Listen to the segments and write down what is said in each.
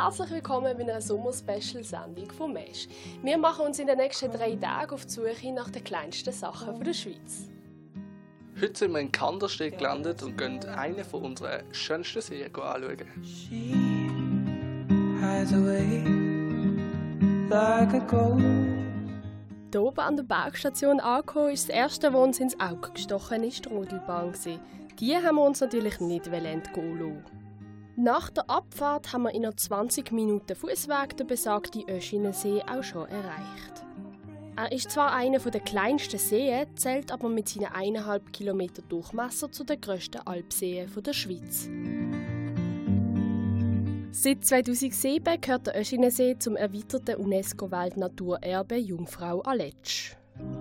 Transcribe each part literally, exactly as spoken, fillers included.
Herzlich willkommen bei einer Sommer-Special-Sendung von Mesh. Wir machen uns in den nächsten drei Tagen auf die Suche nach den kleinsten Sachen der Schweiz. Heute sind wir in Kandersteg gelandet und gehen einen von unseren schönsten Seen anschauen. Hier oben an der Bergstation angekommen ist das erste, was uns ins Auge gestochen ist, die Rodelbahn. Die haben wir uns natürlich nicht entgehen lassen. Nach der Abfahrt haben wir in einer zwanzig Minuten Fußweg den besagten Öschinensee auch schon erreicht. Er ist zwar einer der kleinsten Seen, zählt aber mit seinen eineinhalb Kilometer Durchmesser zu den grössten Alpseen der Schweiz. Seit zweitausendsieben gehört der Öschinensee zum erweiterten UNESCO-Weltnaturerbe Jungfrau Aletsch.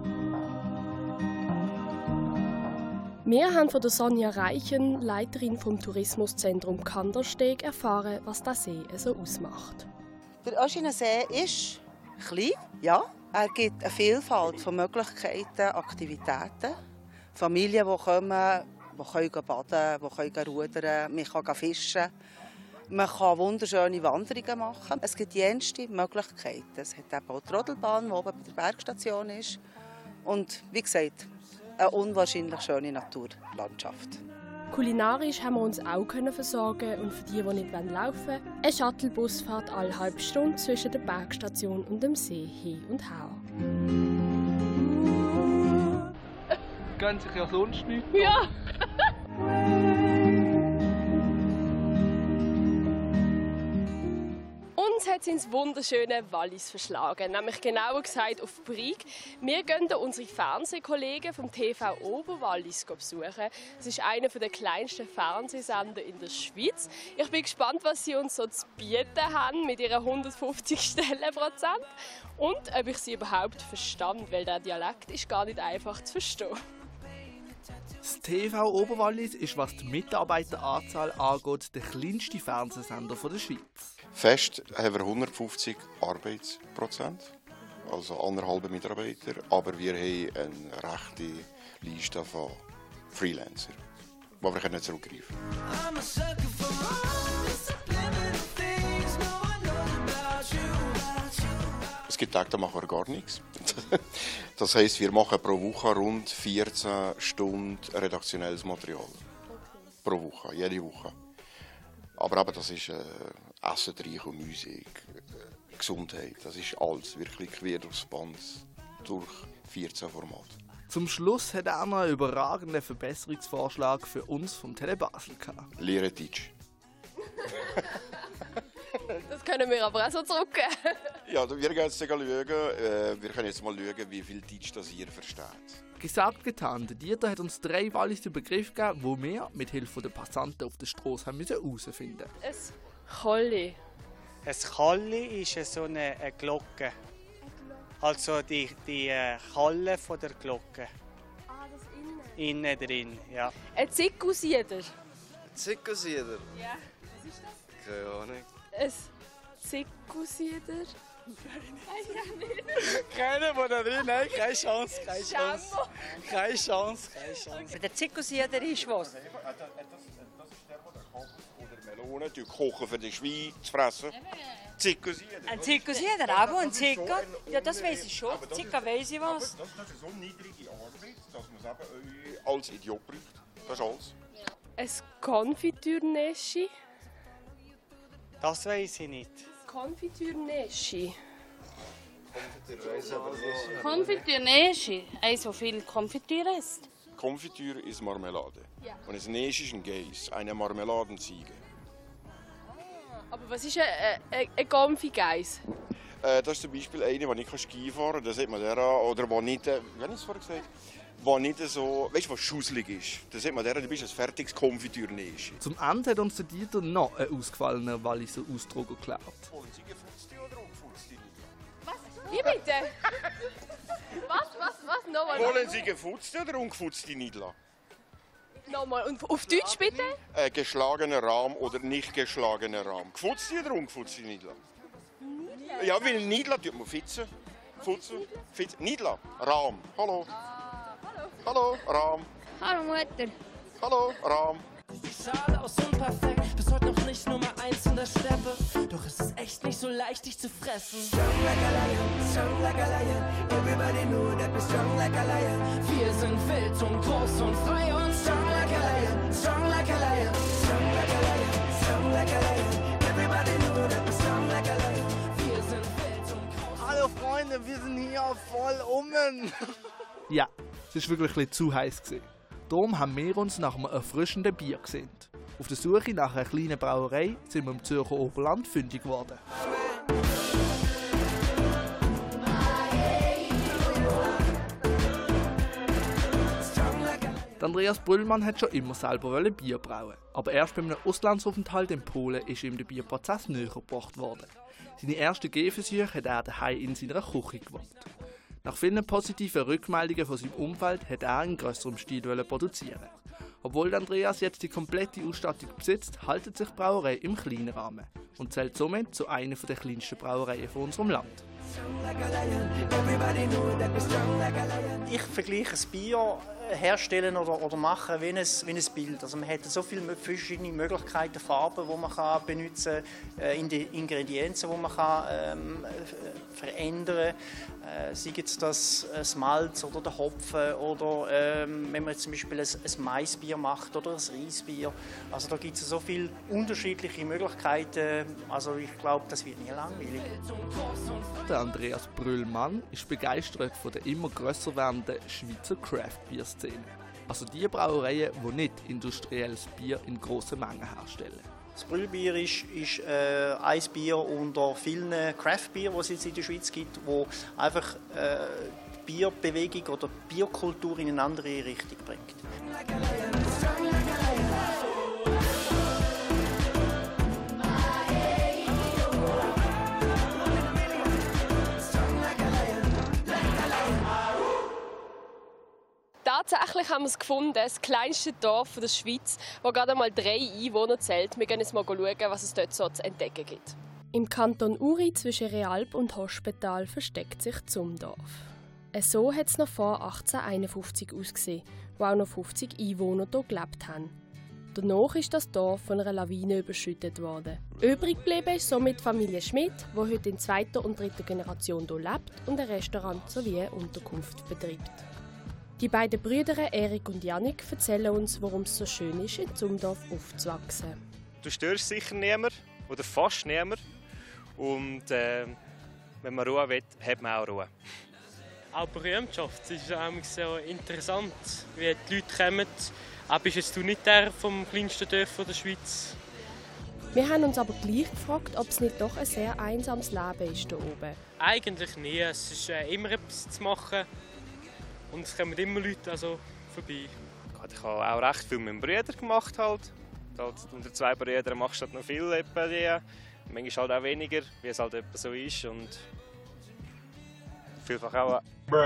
Wir haben von der Sonja Reichen, Leiterin vom Tourismuszentrum Kandersteg, erfahren, was der See so ausmacht. Der Öschinensee ist klein, ja. Er gibt eine Vielfalt von Möglichkeiten, Aktivitäten. Familien, die kommen, die können baden, die können rudern, man kann fischen. Man kann wunderschöne Wanderungen machen. Es gibt jenste Möglichkeiten. Es hat eben auch die Rodelbahn, die oben bei der Bergstation ist. Und wie gesagt, eine unwahrscheinlich schöne Naturlandschaft. Kulinarisch haben wir uns auch versorgen und für die, die nicht laufen wollen, eine Shuttlebus fährt alle halbe Stunde zwischen der Bergstation und dem See hin und her. Gehen sich ja sonst nicht. Ja! Uns hat es ins wunderschöne Wallis verschlagen, nämlich genauer gesagt auf Brig. Wir gehen unsere Fernsehkollegen vom T V Oberwallis besuchen. Es ist einer der kleinsten Fernsehsender in der Schweiz. Ich bin gespannt, was sie uns so zu bieten haben mit ihren hundertfünfzig Stellenprozent und ob ich sie überhaupt verstand, weil der Dialekt ist gar nicht einfach zu verstehen. Das T V Oberwallis ist, was die Mitarbeiteranzahl angeht, der kleinste Fernsehsender der Schweiz. Fest haben wir hundertfünfzig Arbeitsprozent, also anderthalb Mitarbeiter, aber wir haben eine rechte Liste von Freelancern, wo wir nicht zurückgreifen können. Es gibt Tage, da machen wir gar nichts. Das heisst, wir machen pro Woche rund vierzehn Stunden redaktionelles Material. Pro Woche, jede Woche. Aber eben, das ist äh, Essen, Trinken und Musik, äh, Gesundheit. Das ist alles, wirklich quer durchs Band, durch vierzehn Formate. Zum Schluss hat er noch einen überragenden Verbesserungsvorschlag für uns vom Tele Basel gehabt. Lehre Deutsch. Das können wir aber auch so zurückgeben. Ja, wir gehen jetzt schauen. Äh, wir können jetzt mal schauen, wie viel Deutsch das ihr versteht. Gesagt, getan. Der Dieter hat uns drei wallische Begriffe gegeben, die wir mit Hilfe der Passanten auf der Straße herausfinden mussten. Ein Kolli. Ein Kolli ist so eine, eine Glocke. Also die, die Kalle von der Glocke. Ah, das innen? Innen drin, ja. Ein Zickusieder. Zickusieder? Ja, was ist das? Keine Ahnung. Ein Zickusieder? Keiner von da drin, nein, keine Chance, keine Chance. Keine Chance, keine Chance. Der Zickusieder ist was? Das ist der, der kocht oder Melonen, die kochen für die Schweine zu fressen. Zickusieder. Ein Zickusieder, aber ein Zicker? Ja, das weiß ich schon. Zicker weiß ich was. Das, das ist so niedrige Arbeit, dass man es eben als Idiot braucht. Das ist alles. Ein Konfitürneschi. Das weiß ich nicht. Konfitürneschi. Konfitürneschi. Also viel Konfitüre ist. Konfitüre ist Marmelade. Ja. Und das Nesch ist ein Geiss, eine Marmeladenziege. Aber was ist ein, ein, ein Konfigeiss? Äh, das ist zum Beispiel eine, die nicht Ski fahren kann. Da sieht man der an. Oder die nicht, äh, wie habe ich es vorher gesagt? Die nicht so, weißt du, was schusselig ist. Da sieht man der, du bist ein fertiges Konfitürneschi. Zum Ende hat uns der Dieter noch einen ausgefallenen Walliser Ausdruck erklärt. Wollen Sie gefutzt oder ungefutzt? Wie bitte? Was, was, was? Nochmal. Wollen Sie gefutzt oder ungefutzt Nidla? Nochmal. Und auf Deutsch bitte? Äh, geschlagener Rahm oder nicht geschlagener Rahm. Gefutzt oder ungefutzt Nidla? Ja, weil Nidla tut man fitzen. Futzen, fitzen. Nidla, Rahm. Hallo. Ah, hallo. Hallo, Rahm. Hallo Mutter. Hallo, Rahm. schade aus unperfekt. Bis heute noch nicht Nummer eins in der Steppe. Doch es ist echt nicht so leicht, dich zu fressen. Strong like a lion, strong like a lion. Everybody know that we're strong like a lion. Wir sind wild und groß und frei und strong like a lion, strong like a lion. Strong like a lion, strong like a lion. Everybody know that we're strong like a lion. Wir sind wild und groß. Hallo Freunde, wir sind hier voll ummen. Ja, es war wirklich ein bisschen zu heiß. Darum haben wir uns nach einem erfrischenden Bier gesehnt. Auf der Suche nach einer kleinen Brauerei sind wir im Zürcher Oberland fündig geworden. Andreas Brüllmann hat schon immer selber Bier brauen. Aber erst bei einem Auslandsaufenthalt in Polen ist ihm der Bierprozess näher gebracht worden. Seine ersten Gehversuche hat er daheim in seiner Küche gewagt. Nach vielen positiven Rückmeldungen von seinem Umfeld hat er in grösserem Stil produzieren. Obwohl Andreas jetzt die komplette Ausstattung besitzt, haltet sich die Brauerei im kleinen Rahmen und zählt somit zu einer der kleinsten Brauereien von unserem Land. Ich vergleiche das Bier herstellen oder, oder machen wie ein, wie ein Bild. Also man hat so viele verschiedene Möglichkeiten, Farben, die man kann benutzen kann, äh, Ingredienzen, die man kann, ähm, verändern kann. Äh, sei es das, das Malz oder der Hopfen oder ähm, wenn man jetzt zum Beispiel ein, ein Maisbier macht oder ein Reisbier. Also da gibt es so viele unterschiedliche Möglichkeiten. Also ich glaube, das wird nie langweilig. Der Andreas Brüllmann ist begeistert von der immer grösser werdenden Schweizer Craft-Bier-Szene. Also die Brauereien, die nicht industrielles Bier in grossen Mengen herstellen. Das Brüllbier ist, ist äh, ein Bier unter vielen Craft-Bier, die es jetzt in der Schweiz gibt, wo einfach äh, die Bierbewegung oder die Bierkultur in eine andere Richtung bringt. Tatsächlich haben wir es gefunden, das kleinste Dorf der Schweiz, das gerade einmal drei Einwohner zählt. Wir gehen jetzt mal schauen, was es dort so zu entdecken gibt. Im Kanton Uri zwischen Realp und Hospital versteckt sich Zumdorf. So hat es noch vor achtzehnhunderteinundfünfzig ausgesehen, wo auch noch fünfzig Einwohner hier gelebt haben. Danach ist das Dorf von einer Lawine überschüttet worden. Übrig geblieben ist somit die Familie Schmidt, die heute in zweiter und dritter Generation hier lebt und ein Restaurant sowie eine Unterkunft betreibt. Die beiden Brüder Erik und Jannik erzählen uns, warum es so schön ist, in Zumdorf aufzuwachsen. Du störst sicher niemand oder fast niemand. Und äh, wenn man Ruhe will, hat man auch Ruhe. Auch Berühmtschaft ist auch sehr interessant, wie die Leute kommen. Aber bist jetzt du nicht der vom kleinsten Dorf der Schweiz? Wir haben uns aber gleich gefragt, ob es nicht doch ein sehr einsames Leben ist hier oben. Eigentlich nie. Es ist äh, immer etwas zu machen. Und es kommen immer Leute also vorbei. Ich habe auch recht viel mit meinen Brüdern gemacht. Halt. Unter zwei Brüdern machst du halt noch viel. Etwa die. Manchmal halt auch weniger, wie es halt etwa so ist. Und vielfach auch.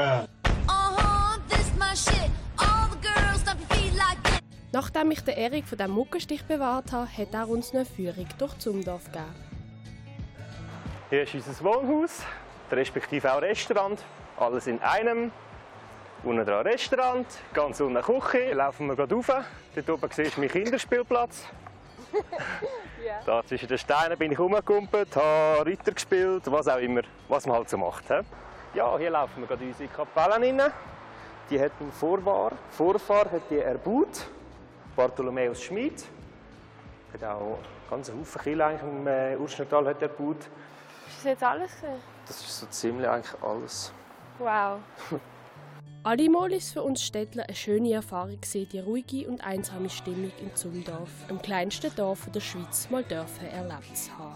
Nachdem ich den Erik von diesem Muckenstich bewahrt habe, hat er uns eine Führung durch Zumdorf gegeben. Hier ist unser Wohnhaus, respektive auch Restaurant. Alles in einem. Unten dran Restaurant, ganz unten Küche. Hier laufen wir gerade rauf. Dort oben siehst du meinen Kinderspielplatz. Yeah. Da zwischen den Steinen bin ich rumgekumpelt, habe Ritter gespielt, was auch immer, was man halt so macht. He? Ja, hier laufen wir gerade in unsere Kapelle rein. Die hat einen Vorfahr, Vorfahr hat die erbaut. Bartholomäus Schmid. Hat auch ganz Haufen Kiel eigentlich im äh, Urschnertal hat erbaut. Ist das jetzt alles? Das ist so ziemlich eigentlich alles. Wow. Allemal war es für uns Städtler eine schöne Erfahrung, die ruhige und einsame Stimmung in Zumdorf, dem kleinsten Dorf der Schweiz, mal dürfen erlebt zu haben.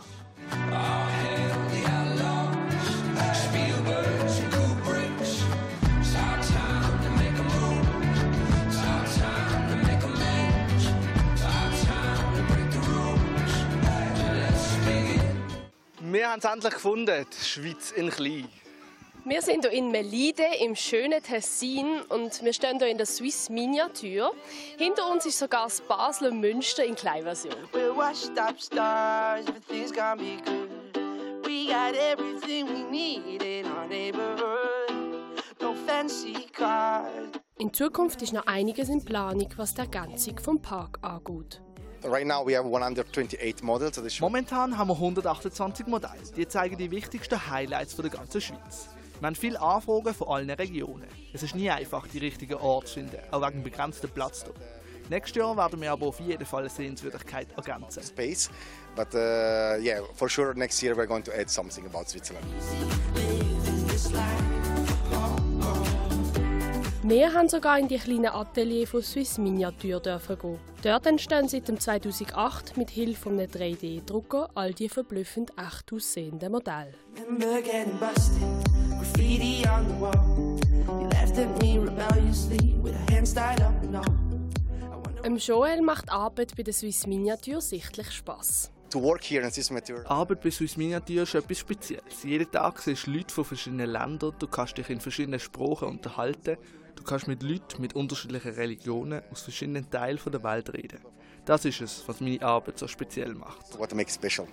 Wir haben es endlich gefunden, die Schweiz in klein. Wir sind hier in Melide im schönen Tessin und wir stehen hier in der Swiss Miniatur. Hinter uns ist sogar das Basler Münster in Kleinversion. In Zukunft ist noch einiges in Planung, was die Ergänzung vom Park angeht. Right now we have one hundred twenty-eight models. Momentan haben wir hundertachtundzwanzig Modelle. Die zeigen die wichtigsten Highlights von der ganzen Schweiz. Wir haben viele Anfragen von allen Regionen. Es ist nie einfach, die richtigen Orte zu finden, auch wegen begrenzten Platz hier. Nächstes Jahr werden wir aber auf jeden Fall eine Sehenswürdigkeit ergänzen. Space, but uh, yeah, for sure next year we're going to add something about Switzerland. Wir haben sogar in die kleinen Atelier von Swiss Miniature dürfen gehen. Dort entstehen seit zweitausendacht mit Hilfe eines drei D-Drucker all die verblüffend echt aussehenden Modelle. Dem Joel macht Arbeit bei der Swiss Miniature sichtlich Spass. To work here in Swiss Miniature. Arbeit bei Swiss Miniature ist etwas Spezielles. Jeden Tag siehst du Leute von verschiedenen Ländern, du kannst dich in verschiedenen Sprachen unterhalten, du kannst mit Leuten mit unterschiedlichen Religionen aus verschiedenen Teilen der Welt reden. Das ist es, was meine Arbeit so speziell macht. What makes it special?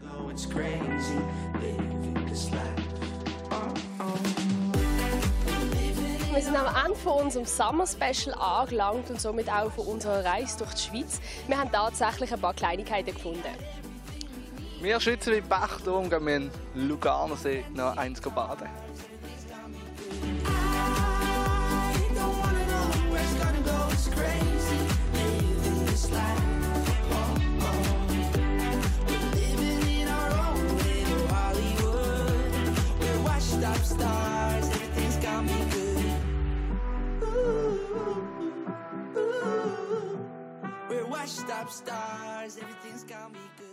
Wir sind am Ende von unserem Summer Special angelangt und somit auch von unserer Reise durch die Schweiz. Wir haben tatsächlich ein paar Kleinigkeiten gefunden. Wir schwitzen wie Bach, darum gehen wir in Lugarnersee noch eins baden. Stop stars, everything's got me good.